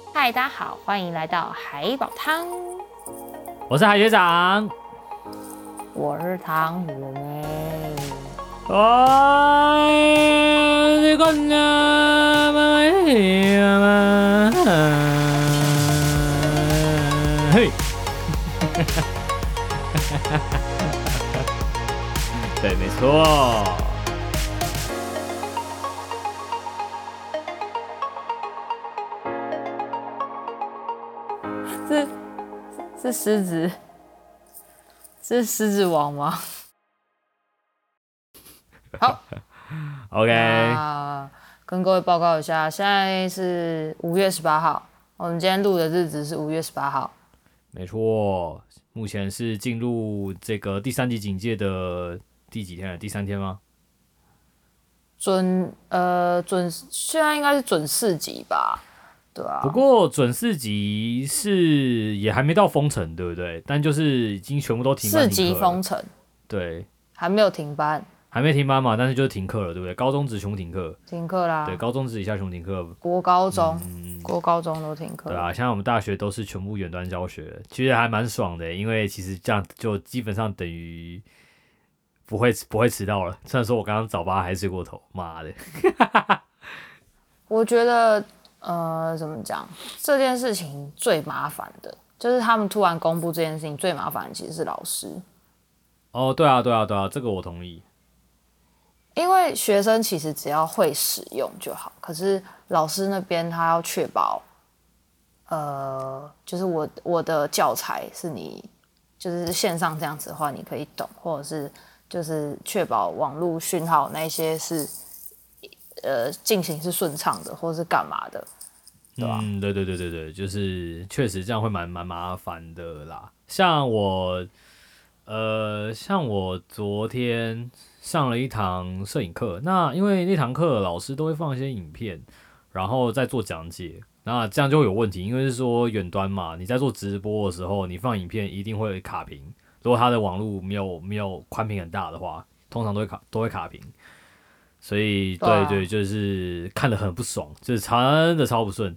嗨，大家好，欢迎来到海宝汤， 我是海学长。 我是汤圆妹。 你看嘿，对，没错。 是狮子，是狮子王吗？好 OK， 那跟各位报告一下，现在是5月18号，我们今天录的日子是5月18号。 没错。目前是进入这个第3级警戒的第几天了？第3天吗？ 现在应该是准4级吧？对啊。 不过准4级是也还没到封城，对不对？但就是已经全部都停班 4 停课了。 级封城， 对， 还没有停班。 还没停班嘛，但是就是停课了，对不对？高中职全部停课。 停课啦。 对，高中职以下全部停课。 国高中都停课。 对啊，现在我们大学都是全部远端教学，其实还蛮爽的，因为其实这样就基本上等于不会迟到了。虽然说我刚刚早八还睡过头，妈的。 我觉得怎么讲，这件事情最麻烦的就是他们突然公布这件事情，最麻烦的其实是老师。 哦，对啊，这个我同意。 因为学生其实只要会使用就好，可是老师那边他要确保，就是我的教材是你就是线上这样子的话你可以懂，或者是就是确保网络讯号那些是进行是顺畅的，或是干嘛的，对吧？ 对，就是确实这样会蛮麻烦的啦。像我昨天上了一堂摄影课，那因为那堂课老师都会放一些影片，然后再做讲解，那这样就会有问题，因为是说远端嘛，你在做直播的时候，你放影片一定会卡屏，如果它的网络没有宽屏很大的话，通常都会卡屏，所以对，就是看得很不爽，就是真的超不顺。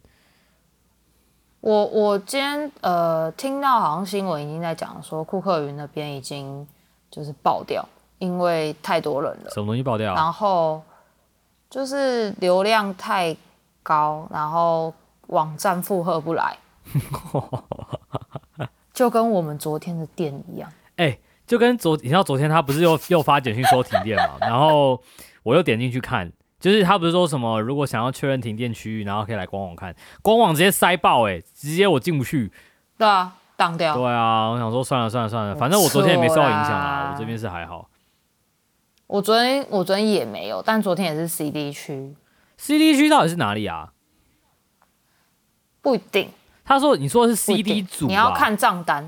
我今天听到好像新闻已经在讲说库克云那边已经就是爆掉，因为太多人了。 什么东西爆掉？ 然后就是流量太高，然后网站负荷不来，就跟我们昨天的店一样。 就跟你知道昨天他不是又发简讯说停电嘛，然后我又点进去看，就是他不是说什么如果想要确认停电区域，然后可以来官网看，官网直接塞爆直接我进不去。 对啊，当掉。 对啊，我想说算了，反正我昨天也没受到影响啦，我这边是还好。 我昨天也没有，但昨天也是 CD 区。 CD 区到底是哪里啊？ 不一定。 你说的是 CD 组， 你要看账单。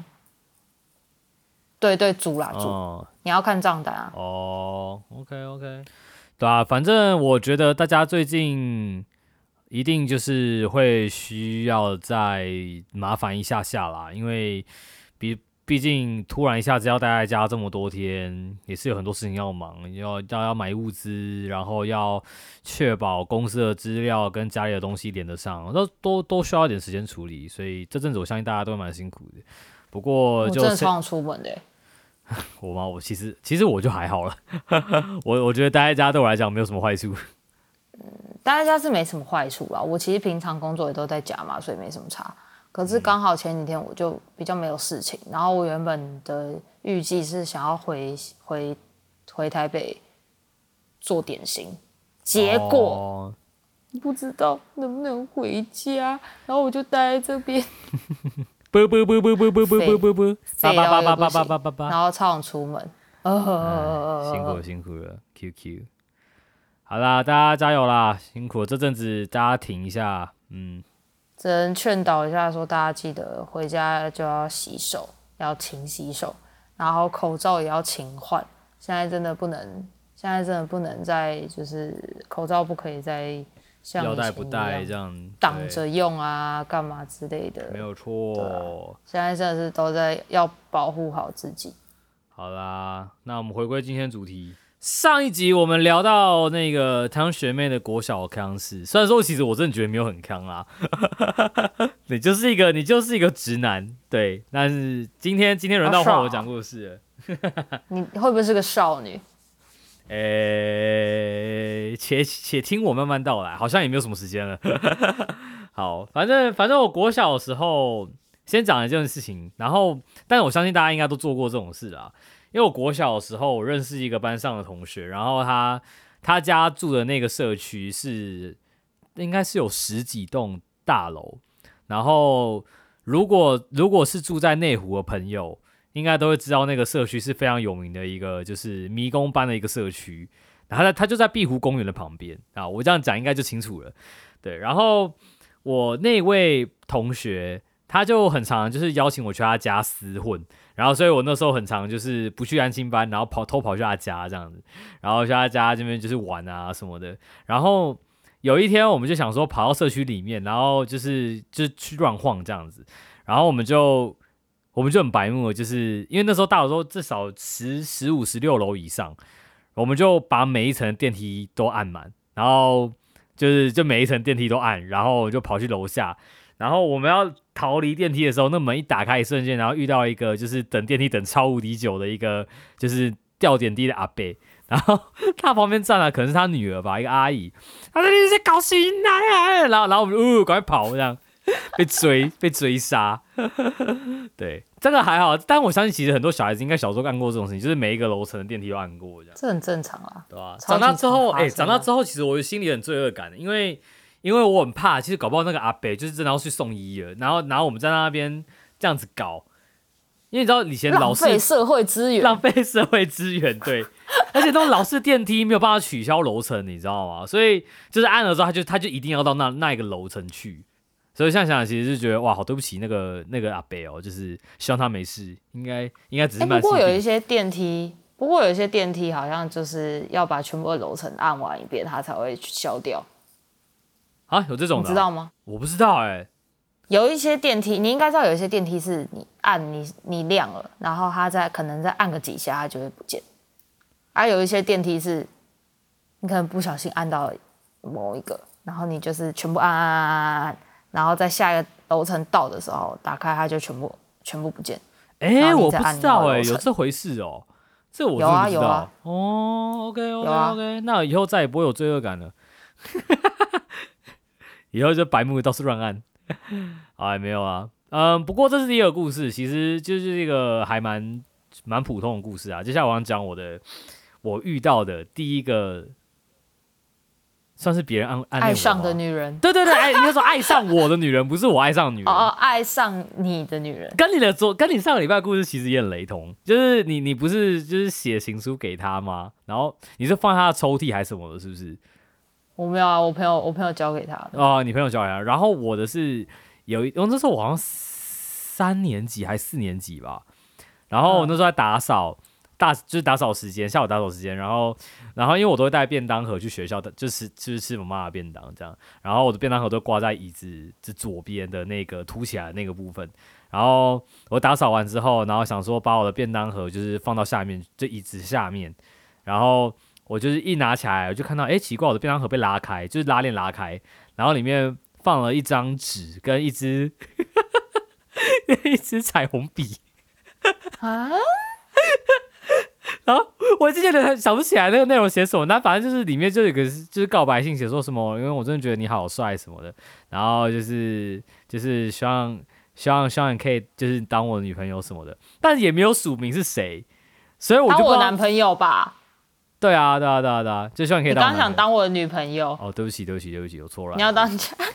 对，组啦组，你要看账单啊。 OK，对啊，反正我觉得大家最近一定就是会需要再麻烦一下啦，因为毕竟突然一下子要待在家这么多天，也是有很多事情要忙，要买物资，然后要确保公司的资料跟家里的东西连得上，都需要一点时间处理，所以这阵子我相信大家都蛮辛苦的。不过就我真的超想出门的。 我吗？我其实我就还好了，我觉得待在家对我来讲没有什么坏处。 待在家是没什么坏处啦，我其实平常工作也都在家嘛，所以没什么差。可是刚好前几天我就比较没有事情，然后我原本的预计是想要回台北做点心，结果不知道能不能回家，然后我就待在这边。 不， 然后超想出门， 辛苦了 ，QQ。好啦，大家加油啦，辛苦了，这阵子大家停一下， 只能劝导一下，说大家记得回家就要洗手，要勤洗手，然后口罩也要勤换。现在真的不能再就是口罩不可以再像要戴不戴这样挡着用啊，干嘛之类的。 没有错。 现在真的是都在要保护好自己。 好啦，那我们回归今天主题。 上一集我们聊到那个汤学妹的国小康事，虽然说其实我真的觉得没有很康啦，你就是一个直男，对。但是今天轮到换我讲故事了， 你会不会是个少女？ 且听我慢慢道来，好像也没有什么时间了。好，反正我国小的时候先讲一件事情，然后，但是我相信大家应该都做过这种事啦。因为我国小的时候，我认识一个班上的同学，然后他家住的那个社区应该是有10几栋大楼，然后如果是住在内湖的朋友，应该都会知道那个社区是非常有名的一个就是迷宫般的一个社区，然后他就在碧湖公园的旁边啊，我这样讲应该就清楚了，对，然后我那位同学他就很常就是邀请我去他家厮混。然后，所以我那时候很常就是不去安亲班，然后偷跑去他家这样子，然后去他家这边就是玩啊什么的。然后有一天，我们就想说跑到社区里面，然后就去乱晃这样子。然后我们就很白目，就是因为那时候大楼都至少15、16楼以上，我们就把每一层电梯都按满，然后就每一层电梯都按，然后我就跑去楼下。然后我们要逃离电梯的时候，那门一打开一瞬间，然后遇到一个就是等电梯等超无敌久的一个就是吊点滴的阿伯，然后他旁边站了可能是他女儿吧，一个阿姨，他说你在搞什么啊？然后我们赶快跑这样，被追杀。对，这个还好，但我相信其实很多小孩子应该小时候干过这种事情，就是每一个楼层的电梯都按过这样。 这很正常啊， 对吧？长大之后，其实我心里很罪恶感的，因为我很怕，其实搞不好那个阿伯就是真的要去送医了，然后我们在那边这样子搞，因为你知道以前老式浪费社会资源， 对，而且那种老式电梯没有办法取消楼层，你知道吗？所以就是按了之后，他就一定要到那一个楼层去，所以想想其实就觉得哇，好对不起那个阿伯哦，就是希望他没事，应该只是蛮。 不过有一些电梯好像就是要把全部的楼层按完一遍，它才会消掉。 啊，有这种的、 你知道吗？ 我不知道有一些电梯，你应该知道，有一些电梯是你按你亮了，然后它可能再按个几下，它就会不见。而有一些电梯是，你可能不小心按到某一个，然后你就是全部按，然后在下一个楼层到的时候打开，它就全部不见。 我不知道有这回事哦，这我真的不知道。 有啊。 哦 ，OK， 那以后再也不会有罪恶感了。以后就白目到处乱按，哎，没有啊，不过这是第二个故事，其实就是一个还蛮普通的故事啊。接下来我想讲我遇到的第一个，算是别人暗恋我爱上的女人， 对，应该说爱上我的女人，不是我爱上的女人。 爱上你的女人， 跟你上个礼拜的故事其实也很雷同，就是你不是就是写情书给她吗？然后你是放在她的抽屉还是什么的，是不是？ 我没有啊，我朋友交给他的。 哦，你朋友交给他，然后我的是那时候我好像3年级还是4年级吧，然后我那时候在打扫，就是打扫时间，下午打扫时间，然后因为我都会带便当盒去学校的，就是吃我妈的便当这样，然后我的便当盒都挂在椅子左边的那个凸起来的那个部分，然后我打扫完之后，然后想说把我的便当盒就是放到下面，就椅子下面，然后我就是一拿起来，我就看到，奇怪，我的便当盒被拉开，就是拉链拉开，然后里面放了一张纸跟一支彩虹笔啊。 然后我之前的想不起来那个内容写什么，但反正就是里面就有一个就是告白信，写说什么，因为我真的觉得你好帅什么的，然后就是希望你可以就是当我的女朋友什么的，但也没有署名是谁，所以我就当我男朋友吧。 对啊，就希望你可以当我男朋友。 你刚想当我的女朋友。 哦，对不起，我错了。 你要当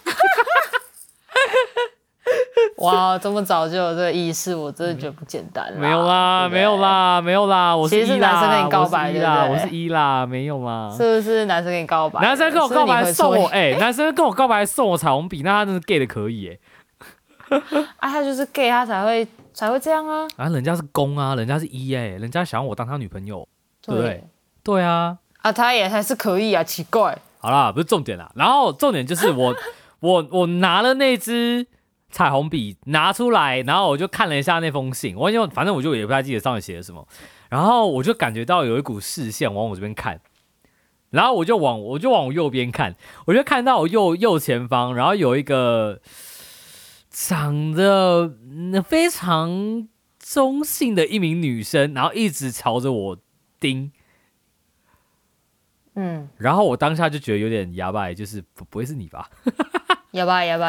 哇，这么早就有这个意识，我真的觉得不简单啦。 没有啦，我是其实是男生跟你告白的， 我是1啦，没有啦。 是不是男生跟你告白？ 男生跟我告白送我，男生跟我告白送我彩虹笔，那他真是 gay 的可以他就是 gay， 他才会这样啊。 人家是公啊，人家是人家想要我当他女朋友，对不对？对啊。 他也还是可以啊，奇怪。 好啦，不是重点啦。然后重点就是我拿了那支彩虹笔拿出来，然后我就看了一下那封信，反正我就也不太记得上面写了什么。 然后我就感觉到有一股视线往我这边看，然后我就往我右边看，我就看到我右前方，然后有一个长得非常中性的一名女生，然后一直朝着我盯。然后我当下就觉得有点哑巴，就是不会是你吧？ 哑巴，然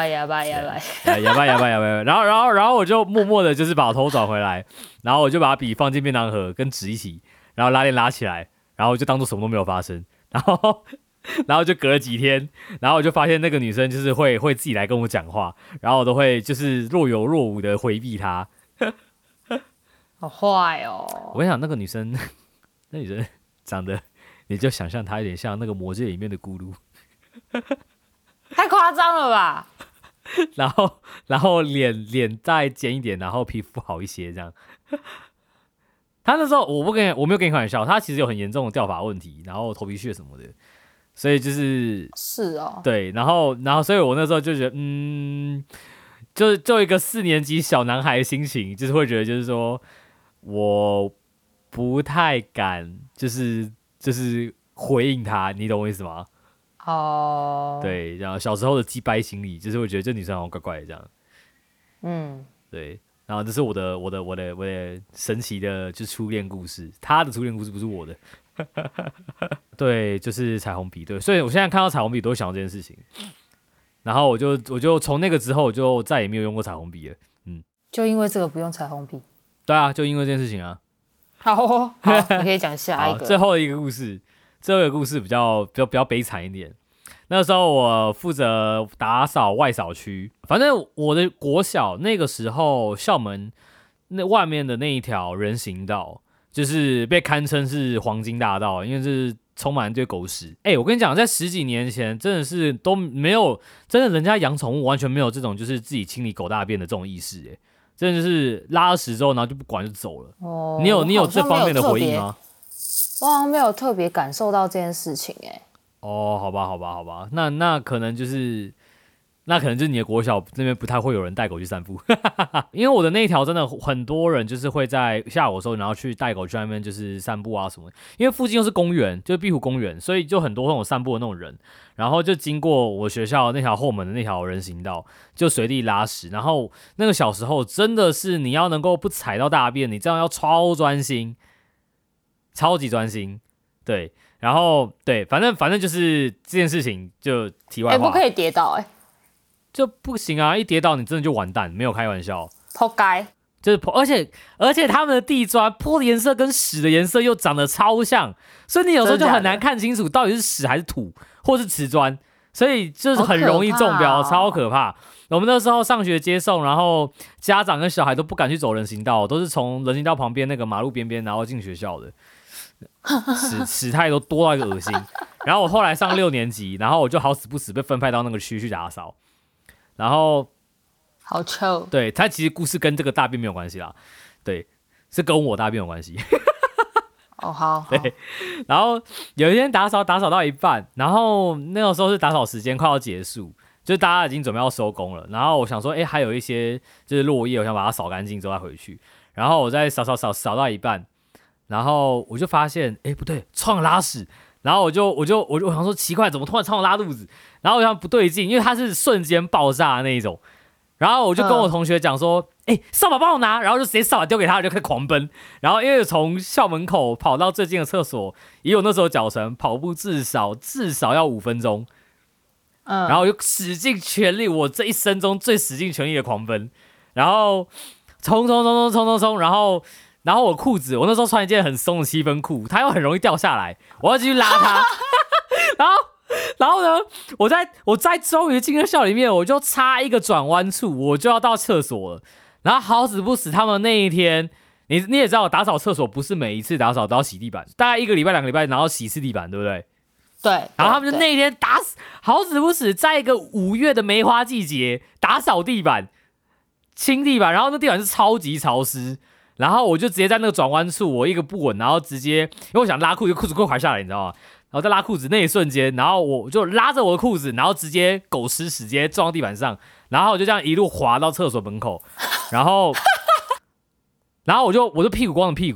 后我就默默的，就是把我头转回来，然后我就把笔放进便当盒跟纸一起，然后拉链拉起来，然后就当做什么都没有发生，然后就隔了几天，然后我就发现那个女生就是会自己来跟我讲话，然后我都会就是若有若无的回避她。 好坏哦！ 我跟你讲，那女生长得，你就想象她有点像那个魔戒里面的咕噜。 太夸张了吧？ 然后脸再尖一点，然后皮肤好一些，这样。他那时候我没有跟你开玩笑，他其实有很严重的掉发问题，然后头皮屑什么的，所以就是哦， 对，然后所以我那时候就觉得，就一个4年级小男孩的心情，就是会觉得就是说我不太敢，就是回应他，你懂我意思吗？对，然后小时候的鸡掰心理，就是会觉得这女生好像怪怪的这样。对，然后这是我的神奇的就初恋故事，她的初恋故事不是我的。对，就是彩虹笔，对，所以我现在看到彩虹笔都会想到这件事情。然后我就从那个之后，我就再也没有用过彩虹笔了。 就因为这个不用彩虹笔。 对啊，就因为这件事情啊。 好，你可以讲下一个。 最后一个故事比较悲惨一点。那时候我负责打扫外扫区，反正我的国小那个时候校门那外面的那一条人行道，就是被堪称是黄金大道，因为是充满一堆狗屎。我跟你讲，在10几年前，真的是都没有，真的人家养宠物完全没有这种就是自己清理狗大便的这种意识，真的就是拉了屎之后，然后就不管就走了。你有这方面的回忆吗？ 我好像没有特别感受到这件事情。 好吧，那可能就是你的国小那边不太会有人带狗去散步。因为我的那一条真的很多人就是会在下午的时候，然后去带狗去那边就是散步啊什么，因为附近又是公园，就是壁湖公园，所以就很多那种散步的那种人，然后就经过我学校那条后门的那条人行道，就随地拉屎。然后那个小时候真的是你要能够不踩到大便，你这样要超专心，超级专心，对。然后对，反正就是这件事情就题外话， 不可以跌倒， 就不行啊！一跌倒你真的就完蛋，没有开玩笑， 扑街。 就是而且他们的地砖泼的颜色跟屎的颜色又长得超像，所以你有时候就很难看清楚到底是屎还是土或是瓷砖，所以就是很容易中标，超可怕。我们那时候上学接送，然后家长跟小孩都不敢去走人行道，都是从人行道旁边那个马路边边然后进学校的。屎太都多到一个恶心。然后我后来上6年级，然后我就好死不死被分派到那个区去打扫，然后好臭。 对，他其实故事跟这个大便没有关系啦，对，是跟我大便有关系。 好。 对，然后有一天打扫到一半，然后那个时候是打扫时间快要结束，就是大家已经准备要收工了，然后我想说，还有一些就是落叶，我想把它扫干净之后再回去，然后我在扫到一半。然后我就发现，不对，超想拉屎。然后我想说奇怪，怎么突然超想拉肚子？然后我想不对劲，因为它是瞬间爆炸的那一种。然后我就跟我同学讲说，扫把帮我拿，然后就直接扫把丢给他，就开始狂奔。然后因为从校门口跑到最近的厕所，也有那时候脚程，跑步至少要5分钟。然后我就使尽全力，我这一生中最使尽全力的狂奔，然后冲，然后我裤子，我那时候穿一件很松的7分裤，它又很容易掉下来，我要继续拉它。然后呢，我在终于进入校里面，我就差一个转弯处，我就要到厕所了。然后好死不死，他们那一天，你也知道，打扫厕所不是每一次打扫都要洗地板，大概1个礼拜、2个礼拜，然后洗一次地板，对不对？ 对。 然后他们就那一天好死不死，在一个5月的梅花季节打扫地板、清地板，然后那地板是超级潮湿。然后我就直接在那个转弯处，我一个不稳，然后直接，因为我想拉裤子，裤子快滑下来，你知道吗？然后在拉裤子那一瞬间，然后我就拉着我的裤子，然后直接狗吃屎，直接撞到地板上，然后我就这样一路滑到厕所门口，然后我就屁股光着屁股，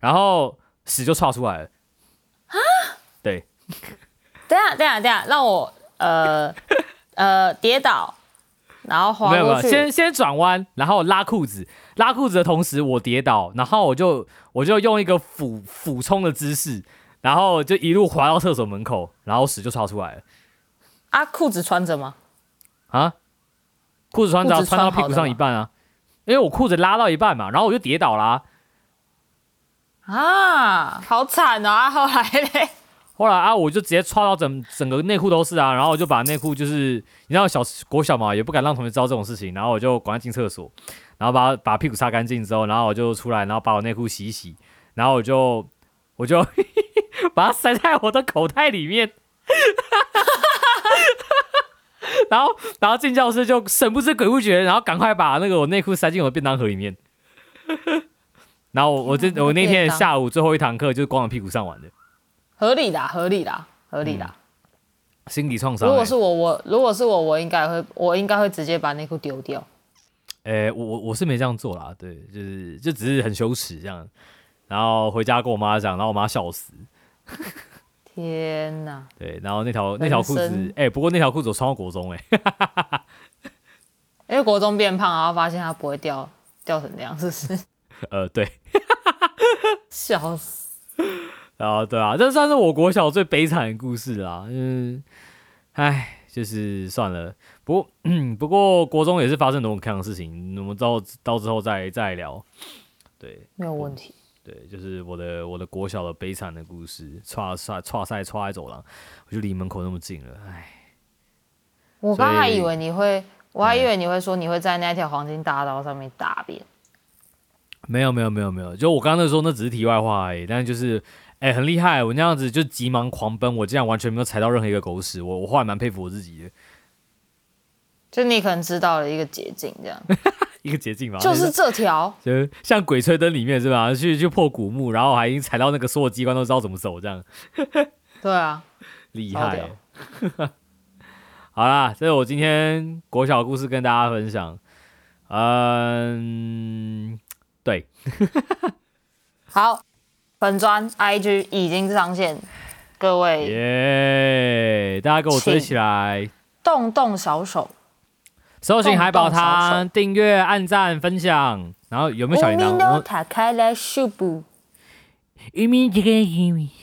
然后屎就窜出来了。啊？对。 等一下，让我跌倒，然后滑过去。 没有，先转弯，然后拉裤子的同时我跌倒，然后我就用一个俯冲的姿势，然后就一路滑到厕所门口，然后屎就窜出来了。 啊，裤子穿着吗？ 啊，裤子穿着，穿到屁股上一半啊，因为我裤子拉到一半嘛，然后我就跌倒啦。 啊，好惨啊！后来嘞？ 后来啊，我就直接穿到整个内裤都是啊，然后我就把内裤就是你知道国小嘛，也不敢让同学知道这种事情，然后我就赶快进厕所，然后把屁股擦干净之后，然后我就出来，然后把我内裤洗一洗，然后我就把它塞在我的口袋里面。然后进教室就神不知鬼不觉，然后赶快把那个我内裤塞进我的便当盒里面。然后我那天下午最后一堂课就是光着屁股上完的。 合理啦。 心理创伤。 如果是我，我应该会直接把内裤丢掉。 我是没这样做啦，对，就只是很羞耻这样，然后回家跟我妈讲，然后我妈笑死。 天哪！ 对，然后那条裤子，不过那条裤子我穿到国中因为国中变胖，然后发现它不会掉成那样，是不是？ 对。 笑死。 对啊，这算是我国小最悲惨的故事啦。就是算了。不过国中也是发生很多很看的事情，我们到之后再聊。对， 没有问题。 对，就是我的国小的悲惨的故事，跨在走廊，我就离门口那么近了， 我刚还以为你会，说你会在那条黄金大道上面大便。 没有，就我刚刚说那只是题外话而已，但是就是很厉害，我那样子就急忙狂奔，我竟然完全没有踩到任何一个狗屎，我后来蛮佩服我自己的。 就你可能知道了一个捷径，这样。 一个捷径嘛， 就是这条， 就像《鬼吹灯》里面是吧？去破古墓，然后还已经踩到那个所有机关都知道怎么走，这样。 对啊， 厉害。好啦，这是我今天国小的故事跟大家分享。对。 好，本专 IG 已经上线，各位耶，大家给我追起来， 动小手。 搜寻海宝堂，订阅、按赞、分享，然后有没有小铃铛？ 打开来数不？ 玉米这个玉米。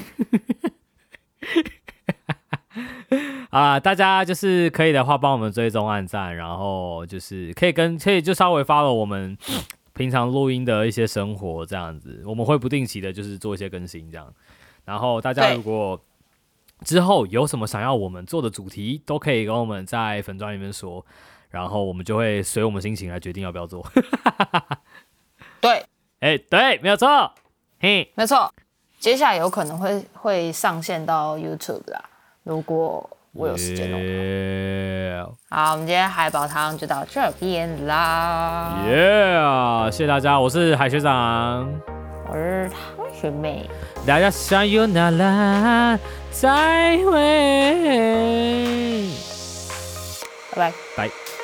啊，大家就是可以的话，帮我们追踪、按赞，然后就是可以就稍微 follow 我们平常录音的一些生活这样子，我们会不定期的，就是做一些更新这样。然后大家如果之后有什么想要我们做的主题，都可以跟我们在粉专里面说，然后我们就会随我们心情来决定要不要做。 对， 对，没有错， 没错。接下来有可能会上线到 YouTube 啦，如果我有时间的话。好，我们今天海宝堂就到这边啦。 谢谢大家，我是海学长， 我是汤学妹。 大家加油那拉，再会， 拜拜， 拜。